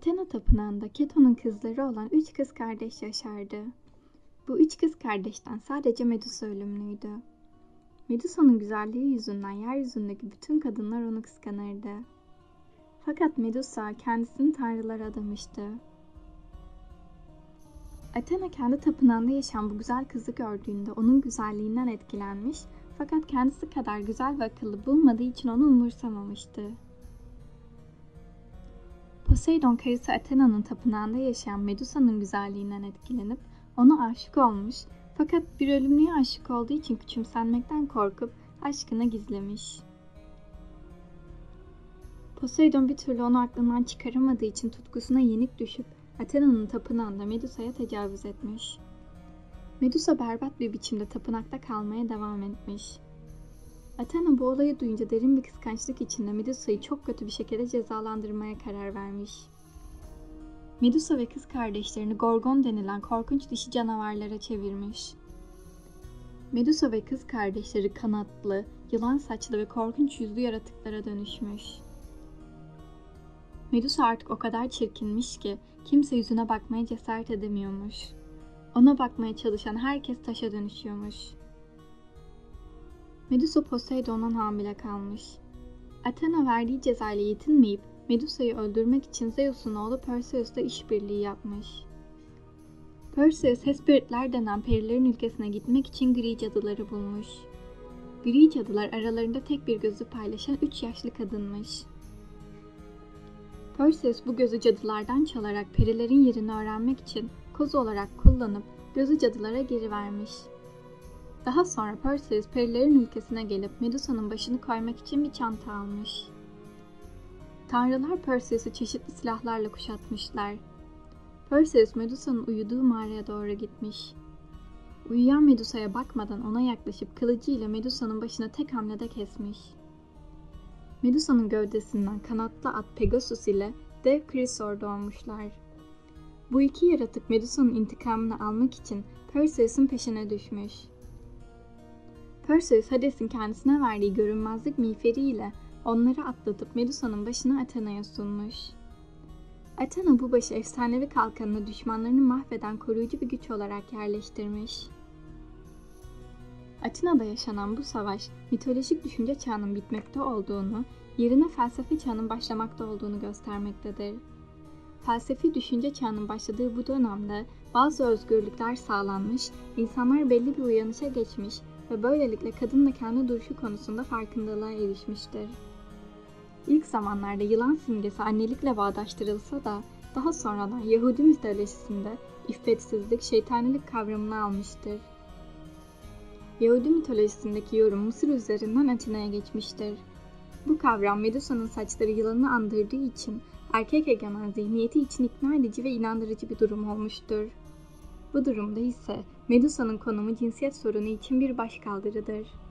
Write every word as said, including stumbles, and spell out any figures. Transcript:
Athena tapınağında Keto'nun kızları olan üç kız kardeş yaşardı. Bu üç kız kardeşten sadece Medusa ölümlüydü. Medusa'nın güzelliği yüzünden yeryüzündeki bütün kadınlar onu kıskanırdı. Fakat Medusa kendisini tanrılara adamıştı. Athena kendi tapınağında yaşayan bu güzel kızı gördüğünde onun güzelliğinden etkilenmiş fakat kendisi kadar güzel ve akıllı bulmadığı için onu umursamamıştı. Poseidon karısı Athena'nın tapınağında yaşayan Medusa'nın güzelliğinden etkilenip ona aşık olmuş fakat bir ölümlüye aşık olduğu için küçümsenmekten korkup aşkını gizlemiş. Poseidon bir türlü onu aklından çıkaramadığı için tutkusuna yenik düşüp Athena'nın tapınağında Medusa'ya tecavüz etmiş. Medusa berbat bir biçimde tapınakta kalmaya devam etmiş. Athena bu olayı duyunca derin bir kıskançlık içinde Medusa'yı çok kötü bir şekilde cezalandırmaya karar vermiş. Medusa ve kız kardeşlerini Gorgon denilen korkunç dişi canavarlara çevirmiş. Medusa ve kız kardeşleri kanatlı, yılan saçlı ve korkunç yüzlü yaratıklara dönüşmüş. Medusa artık o kadar çirkinmiş ki kimse yüzüne bakmaya cesaret edemiyormuş. Ona bakmaya çalışan herkes taşa dönüşüyormuş. Medusa Poseidon'dan hamile kalmış. Athena verdiği cezayla yetinmeyip Medusa'yı öldürmek için Zeus'un oğlu Perseus'la işbirliği yapmış. Perseus, Hesperitler denen perilerin ülkesine gitmek için gri cadıları bulmuş. Gri cadılar aralarında tek bir gözü paylaşan üç yaşlı kadınmış. Perseus bu gözü cadılardan çalarak perilerin yerini öğrenmek için koz olarak kullanıp gözü cadılara geri vermiş. Daha sonra Perseus perilerin ülkesine gelip Medusa'nın başını koymak için bir çanta almış. Tanrılar Perseus'u çeşitli silahlarla kuşatmışlar. Perseus Medusa'nın uyuduğu mağaraya doğru gitmiş. Uyuyan Medusa'ya bakmadan ona yaklaşıp kılıcıyla Medusa'nın başını tek hamlede kesmiş. Medusa'nın gövdesinden kanatlı at Pegasus ile dev Chrysaor doğmuşlar. Bu iki yaratık Medusa'nın intikamını almak için Perseus'un peşine düşmüş. Perseus, Hades'in kendisine verdiği görünmezlik miğferiyle onları atlatıp Medusa'nın başını Athena'ya sunmuş. Athena bu başı efsanevi kalkanını düşmanlarını mahveden koruyucu bir güç olarak yerleştirmiş. Atina'da yaşanan bu savaş, mitolojik düşünce çağının bitmekte olduğunu, yerine felsefe çağının başlamakta olduğunu göstermektedir. Felsefi düşünce çağının başladığı bu dönemde bazı özgürlükler sağlanmış, insanlar belli bir uyanışa geçmiş ve böylelikle kadın da kendi duruşu konusunda farkındalığa erişmiştir. İlk zamanlarda yılan simgesi annelikle bağdaştırılsa da daha sonradan Yahudi mitolojisinde iffetsizlik, şeytanilik kavramını almıştır. Yahudi mitolojisindeki yorum Mısır üzerinden Atina'ya geçmiştir. Bu kavram Medusa'nın saçları yılanı andırdığı için erkek egemen zihniyeti için ikna edici ve inandırıcı bir durum olmuştur. Bu durumda ise Medusa'nın konumu cinsiyet sorunu için bir başkaldırıdır.